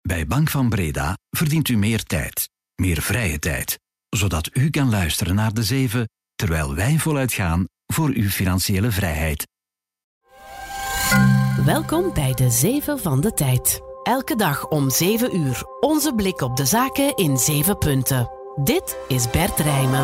Bij Bank van Breda verdient u meer tijd, meer vrije tijd, zodat u kan luisteren naar de 7, terwijl wij voluit gaan voor uw financiële vrijheid. Welkom bij de 7 van de tijd. Elke dag om 7 uur. Onze blik op de zaken in 7 punten. Dit is Bert Rijmen.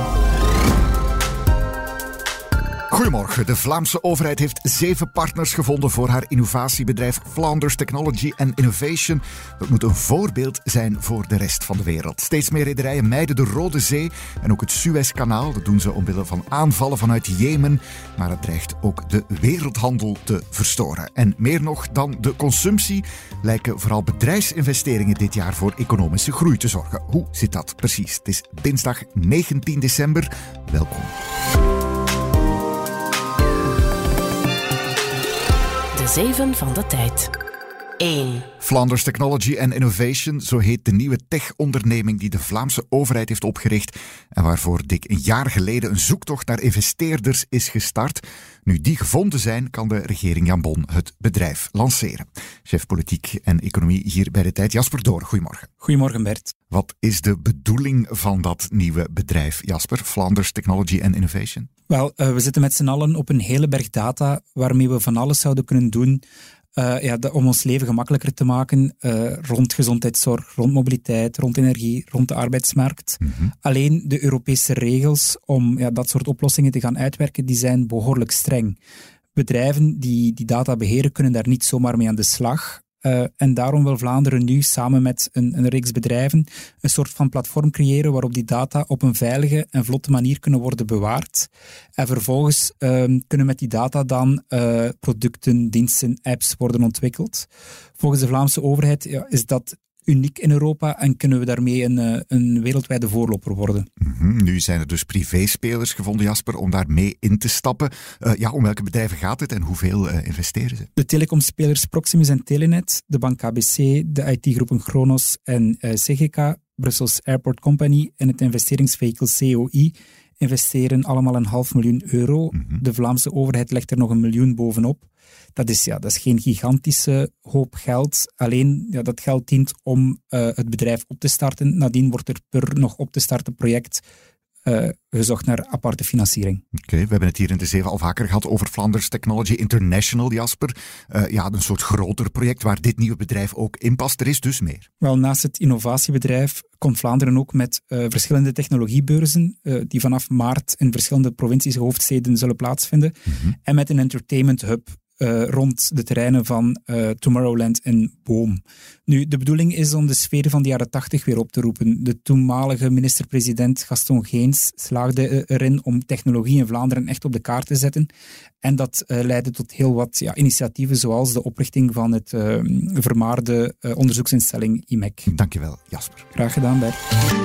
Goedemorgen. De Vlaamse overheid heeft 7 partners gevonden voor haar innovatiebedrijf Flanders Technology and Innovation. Dat moet een voorbeeld zijn voor de rest van de wereld. Steeds meer rederijen mijden de Rode Zee en ook het Suezkanaal. Dat doen ze omwille van aanvallen vanuit Jemen. Maar het dreigt ook de wereldhandel te verstoren. En meer nog dan de consumptie lijken vooral bedrijfsinvesteringen dit jaar voor economische groei te zorgen. Hoe zit dat precies? Het is dinsdag 19 december. Welkom. De 7 van de tijd. 1. Flanders Technology and Innovation, zo heet de nieuwe tech-onderneming die de Vlaamse overheid heeft opgericht en waarvoor dik een jaar geleden een zoektocht naar investeerders is gestart. Nu die gevonden zijn, kan de regering Jan Bon het bedrijf lanceren. Chef politiek en economie hier bij De Tijd, Jasper Door. Goedemorgen. Goedemorgen Bert. Wat is de bedoeling van dat nieuwe bedrijf, Jasper? Flanders Technology and Innovation? Wel, we zitten met z'n allen op een hele berg data waarmee we van alles zouden kunnen doen om ons leven gemakkelijker te maken rond gezondheidszorg, rond mobiliteit, rond energie, rond de arbeidsmarkt. Mm-hmm. Alleen de Europese regels om dat soort oplossingen te gaan uitwerken, die zijn behoorlijk streng. Bedrijven die data beheren kunnen daar niet zomaar mee aan de slag. En daarom wil Vlaanderen nu samen met een reeks bedrijven een soort van platform creëren waarop die data op een veilige en vlotte manier kunnen worden bewaard. En vervolgens kunnen met die data dan producten, diensten, apps worden ontwikkeld. Volgens de Vlaamse overheid is dat uniek in Europa en kunnen we daarmee een wereldwijde voorloper worden. Mm-hmm. Nu zijn er dus privéspelers gevonden, Jasper, om daar mee in te stappen. Om welke bedrijven gaat het en hoeveel investeren ze? De telecomspelers Proximus en Telenet, de bank KBC, de IT-groepen Chronos en CGK, Brussels Airport Company en het investeringsvehikel COI investeren allemaal €500.000. Mm-hmm. De Vlaamse overheid legt er nog €1 miljoen bovenop. Dat is geen gigantische hoop geld. Alleen dat geld dient om het bedrijf op te starten. Nadien wordt er per nog op te starten project gezocht naar aparte financiering. Oké, we hebben het hier in de 7 al vaker gehad over Flanders Technology International, Jasper. Een soort groter project waar dit nieuwe bedrijf ook in past. Er is dus meer. Wel, naast het innovatiebedrijf komt Vlaanderen ook met verschillende technologiebeurzen die vanaf maart in verschillende provincies en hoofdsteden zullen plaatsvinden. Mm-hmm. En met een entertainment hub rond de terreinen van Tomorrowland en Boom. Nu, de bedoeling is om de sfeer van de jaren 80 weer op te roepen. De toenmalige minister-president Gaston Geens slaagde erin om technologie in Vlaanderen echt op de kaart te zetten. En dat leidde tot heel wat initiatieven, zoals de oprichting van het vermaarde onderzoeksinstelling IMEC. Dankjewel, Jasper. Graag gedaan, Bert.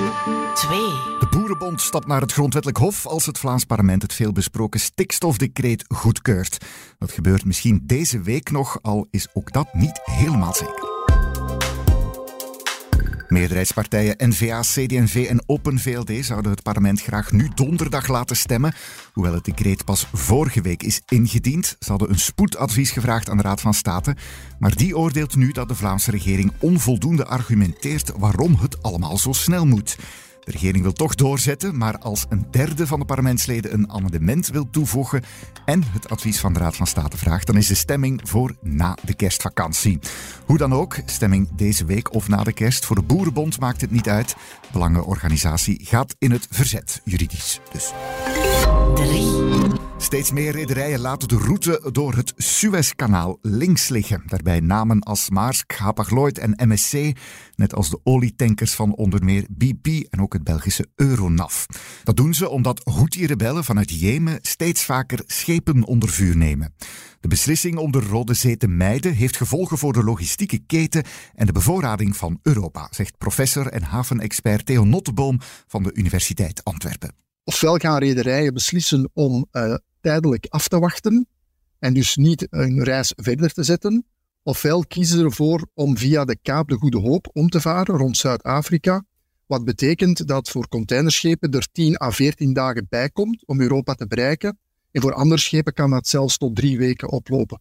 2. De Boerenbond stapt naar het Grondwettelijk Hof als het Vlaams parlement het veelbesproken stikstofdecreet goedkeurt. Dat gebeurt misschien deze week nog, al is ook dat niet helemaal zeker. Meerderheidspartijen N-VA, CD&V en Open VLD zouden het parlement graag nu donderdag laten stemmen. Hoewel het decreet pas vorige week is ingediend. Ze hadden een spoedadvies gevraagd aan de Raad van State. Maar die oordeelt nu dat de Vlaamse regering onvoldoende argumenteert waarom het allemaal zo snel moet. De regering wil toch doorzetten, maar als een derde van de parlementsleden een amendement wil toevoegen en het advies van de Raad van State vraagt, dan is de stemming voor na de kerstvakantie. Hoe dan ook, stemming deze week of na de kerst, voor de Boerenbond maakt het niet uit. De belangenorganisatie gaat in het verzet, juridisch dus. 3. Steeds meer rederijen laten de route door het Suezkanaal links liggen. Daarbij namen als Maersk, Hapag-Lloyd en MSC, net als de olietankers van onder meer BP en ook het Belgische Euronav. Dat doen ze omdat Houthi-rebellen vanuit Jemen steeds vaker schepen onder vuur nemen. De beslissing om de Rode Zee te mijden heeft gevolgen voor de logistieke keten en de bevoorrading van Europa, zegt professor en havenexpert Theo Notteboom van de Universiteit Antwerpen. Ofwel gaan rederijen beslissen om tijdelijk af te wachten en dus niet een reis verder te zetten. Ofwel kiezen ze ervoor om via de Kaap de Goede Hoop om te varen rond Zuid-Afrika. Wat betekent dat voor containerschepen er 10 à 14 dagen bij komt om Europa te bereiken. En voor andere schepen kan dat zelfs tot 3 weken oplopen.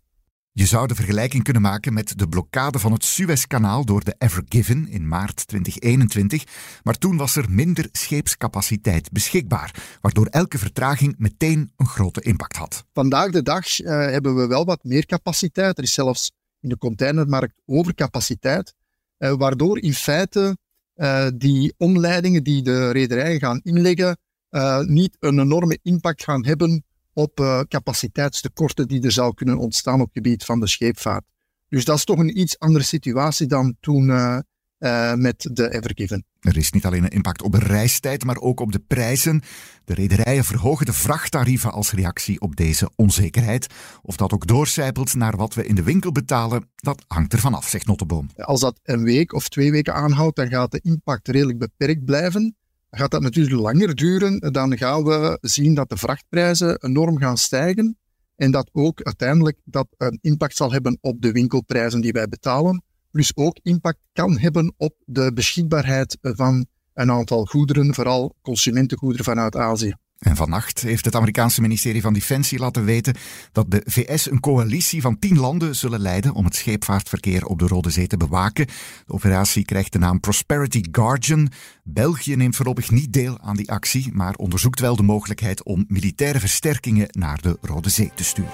Je zou de vergelijking kunnen maken met de blokkade van het Suezkanaal door de Ever Given in maart 2021, maar toen was er minder scheepscapaciteit beschikbaar, waardoor elke vertraging meteen een grote impact had. Vandaag de dag hebben we wel wat meer capaciteit. Er is zelfs in de containermarkt overcapaciteit, waardoor in feite die omleidingen die de rederijen gaan inleggen niet een enorme impact gaan hebben op capaciteitstekorten die er zou kunnen ontstaan op het gebied van de scheepvaart. Dus dat is toch een iets andere situatie dan toen met de Ever Given. Er is niet alleen een impact op de reistijd, maar ook op de prijzen. De rederijen verhogen de vrachttarieven als reactie op deze onzekerheid. Of dat ook doorcijpelt naar wat we in de winkel betalen, dat hangt ervan af, zegt Notteboom. Als dat een week of 2 weken aanhoudt, dan gaat de impact redelijk beperkt blijven. Gaat dat natuurlijk langer duren, dan gaan we zien dat de vrachtprijzen enorm gaan stijgen en dat ook uiteindelijk dat een impact zal hebben op de winkelprijzen die wij betalen, plus ook impact kan hebben op de beschikbaarheid van een aantal goederen, vooral consumentengoederen vanuit Azië. En vannacht heeft het Amerikaanse ministerie van Defensie laten weten dat de VS een coalitie van 10 landen zullen leiden om het scheepvaartverkeer op de Rode Zee te bewaken. De operatie krijgt de naam Prosperity Guardian. België neemt voorlopig niet deel aan die actie, maar onderzoekt wel de mogelijkheid om militaire versterkingen naar de Rode Zee te sturen.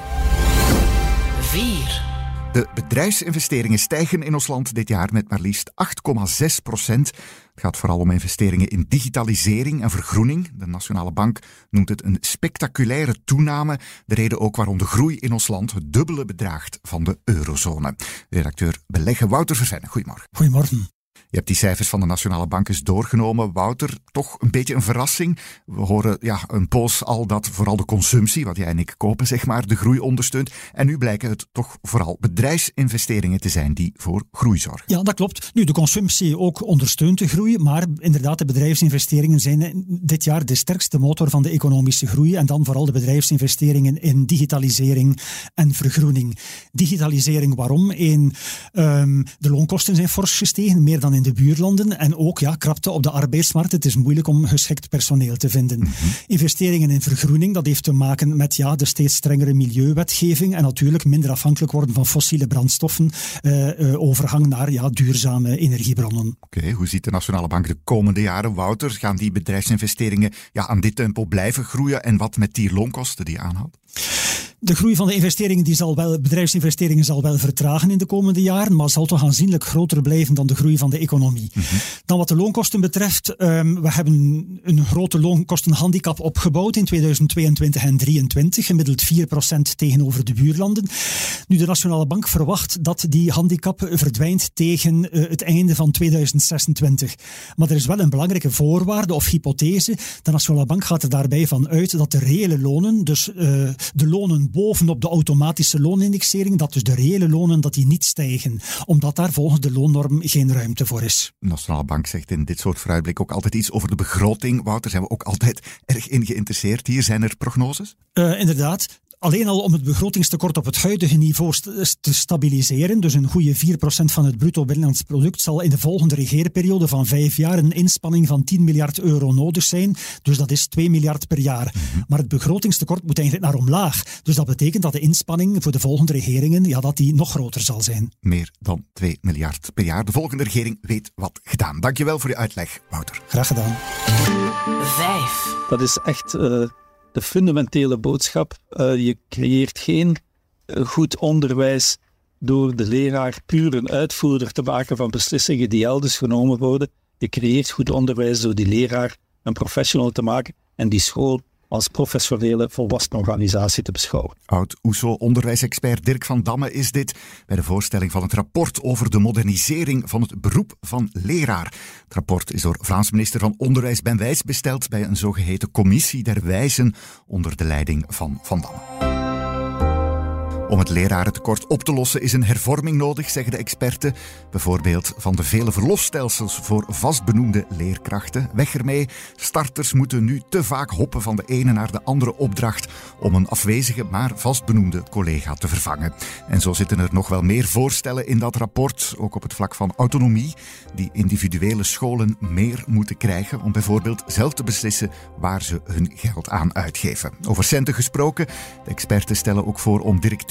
4. De bedrijfsinvesteringen stijgen in ons land dit jaar met maar liefst 8,6%. Het gaat vooral om investeringen in digitalisering en vergroening. De Nationale Bank noemt het een spectaculaire toename. De reden ook waarom de groei in ons land het dubbele bedraagt van de eurozone. Redacteur Beleggen Wouter Vervenne, goedemorgen. Goedemorgen. Je hebt die cijfers van de Nationale Bank eens doorgenomen. Wouter, toch een beetje een verrassing. We horen een poos al dat vooral de consumptie, wat jij en ik kopen, zeg maar, de groei ondersteunt. En nu blijken het toch vooral bedrijfsinvesteringen te zijn die voor groei zorgen. Ja, dat klopt. Nu, de consumptie ook ondersteunt de groei, maar inderdaad, de bedrijfsinvesteringen zijn dit jaar de sterkste motor van de economische groei. En dan vooral de bedrijfsinvesteringen in digitalisering en vergroening. Digitalisering, waarom? De loonkosten zijn fors gestegen, meer dan in de buurlanden. En ook krapte op de arbeidsmarkt. Het is moeilijk om geschikt personeel te vinden. Mm-hmm. Investeringen in vergroening, dat heeft te maken met de steeds strengere milieuwetgeving en natuurlijk minder afhankelijk worden van fossiele brandstoffen. Overgang naar duurzame energiebronnen. Oké, hoe ziet de Nationale Bank de komende jaren, Wouter? Gaan die bedrijfsinvesteringen aan dit tempo blijven groeien? En wat met die loonkosten die aanhoudt? De groei van de investeringen, bedrijfsinvesteringen zal wel vertragen in de komende jaren, maar zal toch aanzienlijk groter blijven dan de groei van de economie. Mm-hmm. Dan wat de loonkosten betreft, we hebben een grote loonkostenhandicap opgebouwd in 2022 en 2023, gemiddeld 4% tegenover de buurlanden. Nu, de Nationale Bank verwacht dat die handicap verdwijnt tegen het einde van 2026. Maar er is wel een belangrijke voorwaarde of hypothese. De Nationale Bank gaat er daarbij van uit dat de reële lonen, dus de lonen bovenop de automatische loonindexering, dat dus de reële lonen dat die niet stijgen, omdat daar volgens de loonnorm geen ruimte voor is. De Nationale Bank zegt in dit soort vooruitblik ook altijd iets over de begroting. Wouter, zijn we ook altijd erg in geïnteresseerd hier? Zijn er prognoses? Inderdaad. Alleen al om het begrotingstekort op het huidige niveau te stabiliseren, dus een goede 4% van het bruto binnenlands product, zal in de volgende regeerperiode van 5 jaar een inspanning van 10 miljard euro nodig zijn. Dus dat is 2 miljard per jaar. Mm-hmm. Maar het begrotingstekort moet eigenlijk naar omlaag. Dus dat betekent dat de inspanning voor de volgende regeringen, dat die nog groter zal zijn. Meer dan 2 miljard per jaar. De volgende regering weet wat gedaan. Dankjewel voor je uitleg, Wouter. Graag gedaan. 5. Dat is echt de fundamentele boodschap. Je creëert geen goed onderwijs door de leraar puur een uitvoerder te maken van beslissingen die elders genomen worden. Je creëert goed onderwijs door die leraar een professional te maken en die school als professionele volwassen organisatie te beschouwen. Oud-OESO-onderwijsexpert Dirk van Damme is dit bij de voorstelling van het rapport over de modernisering van het beroep van leraar. Het rapport is door Vlaams minister van Onderwijs Ben Wijs besteld bij een zogeheten commissie der wijzen onder de leiding van Van Damme. Om het lerarentekort op te lossen is een hervorming nodig, zeggen de experten. Bijvoorbeeld van de vele verlofstelsels voor vastbenoemde leerkrachten. Weg ermee, starters moeten nu te vaak hoppen van de ene naar de andere opdracht om een afwezige maar vastbenoemde collega te vervangen. En zo zitten er nog wel meer voorstellen in dat rapport, ook op het vlak van autonomie, die individuele scholen meer moeten krijgen om bijvoorbeeld zelf te beslissen waar ze hun geld aan uitgeven. Over centen gesproken, de experten stellen ook voor om directeurs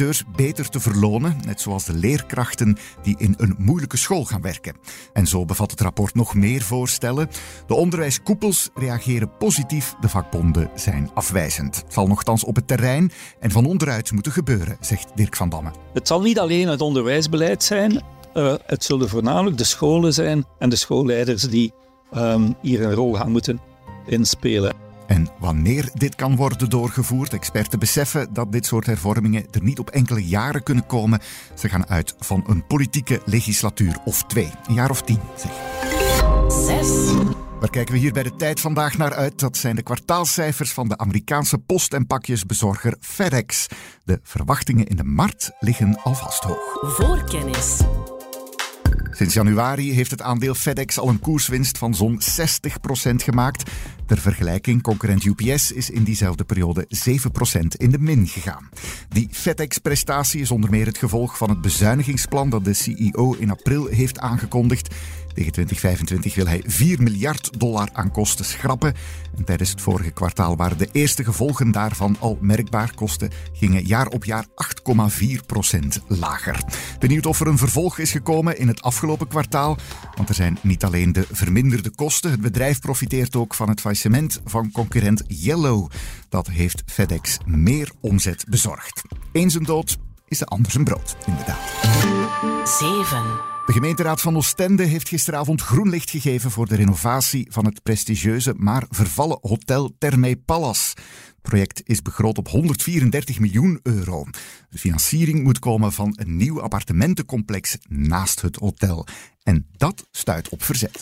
innovateurs beter te verlonen, net zoals de leerkrachten die in een moeilijke school gaan werken. En zo bevat het rapport nog meer voorstellen. De onderwijskoepels reageren positief, de vakbonden zijn afwijzend. Het zal nochtans op het terrein en van onderuit moeten gebeuren, zegt Dirk van Damme. Het zal niet alleen het onderwijsbeleid zijn, het zullen voornamelijk de scholen zijn en de schoolleiders die hier een rol gaan moeten inspelen. En wanneer dit kan worden doorgevoerd, experten beseffen dat dit soort hervormingen er niet op enkele jaren kunnen komen. Ze gaan uit van een politieke legislatuur of 2, een jaar of 10, zeg. 6. Waar kijken we hier bij de tijd vandaag naar uit? Dat zijn de kwartaalcijfers van de Amerikaanse post- en pakjesbezorger FedEx. De verwachtingen in de markt liggen alvast hoog. Voorkennis. Sinds januari heeft het aandeel FedEx al een koerswinst van zo'n 60% gemaakt. Ter vergelijking, concurrent UPS is in diezelfde periode 7% in de min gegaan. Die FedEx-prestatie is onder meer het gevolg van het bezuinigingsplan dat de CEO in april heeft aangekondigd. Tegen 2025 wil hij $4 miljard aan kosten schrappen. En tijdens het vorige kwartaal waren de eerste gevolgen daarvan al merkbaar. Kosten gingen jaar op jaar 8,4% lager. Benieuwd of er een vervolg is gekomen in het afgelopen kwartaal. Want er zijn niet alleen de verminderde kosten. Het bedrijf profiteert ook van het faillissement van concurrent Yellow. Dat heeft FedEx meer omzet bezorgd. Eens een dood is de ander zijn brood, inderdaad. 7. De gemeenteraad van Oostende heeft gisteravond groen licht gegeven voor de renovatie van het prestigieuze, maar vervallen hotel Thermae Palace. Het project is begroot op €134 miljoen. De financiering moet komen van een nieuw appartementencomplex naast het hotel. En dat stuit op verzet.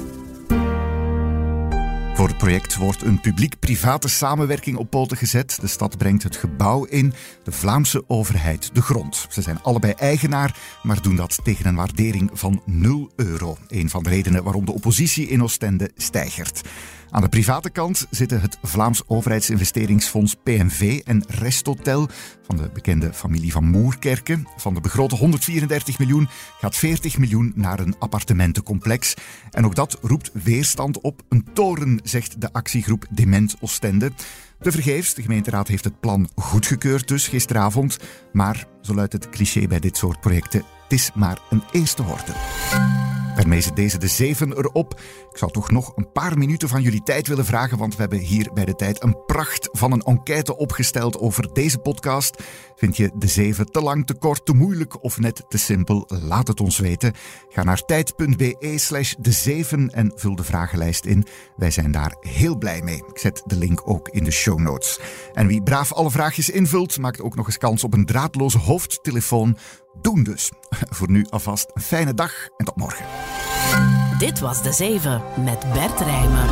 Voor het project wordt een publiek-private samenwerking op poten gezet. De stad brengt het gebouw in, de Vlaamse overheid de grond. Ze zijn allebei eigenaar, maar doen dat tegen een waardering van €0. Een van de redenen waarom de oppositie in Oostende steigert. Aan de private kant zitten het Vlaams Overheidsinvesteringsfonds PNV en Resthotel van de bekende familie van Moerkerke. Van de begrote €134 miljoen gaat €40 miljoen naar een appartementencomplex. En ook dat roept weerstand op. Een toren, zegt de actiegroep Dement Oostende. Tevergeefs, de gemeenteraad heeft het plan goedgekeurd dus gisteravond. Maar, zo luidt het cliché bij dit soort projecten, het is maar een eerste horde. Daarmee zit deze de 7 erop. Ik zou toch nog een paar minuten van jullie tijd willen vragen, want we hebben hier bij de tijd een pracht van een enquête opgesteld over deze podcast. Vind je de 7 te lang, te kort, te moeilijk of net te simpel? Laat het ons weten. Ga naar tijd.be/de7 en vul de vragenlijst in. Wij zijn daar heel blij mee. Ik zet de link ook in de show notes. En wie braaf alle vraagjes invult, maakt ook nog eens kans op een draadloze hoofdtelefoon. Doen dus. Voor nu alvast een fijne dag en tot morgen. Dit was De 7 met Bert Rijmen.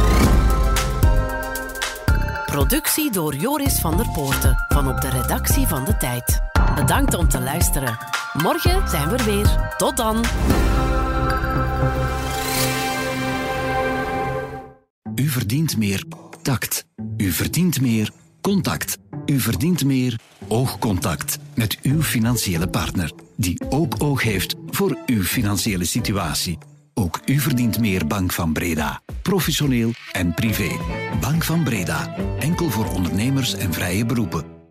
Productie door Joris van der Poorten van op de redactie van De Tijd. Bedankt om te luisteren. Morgen zijn we er weer. Tot dan. U verdient meer tact. U verdient meer contact. U verdient meer oogcontact met uw financiële partner, die ook oog heeft voor uw financiële situatie. Ook u verdient meer Bank van Breda. Professioneel en privé. Bank van Breda. Enkel voor ondernemers en vrije beroepen.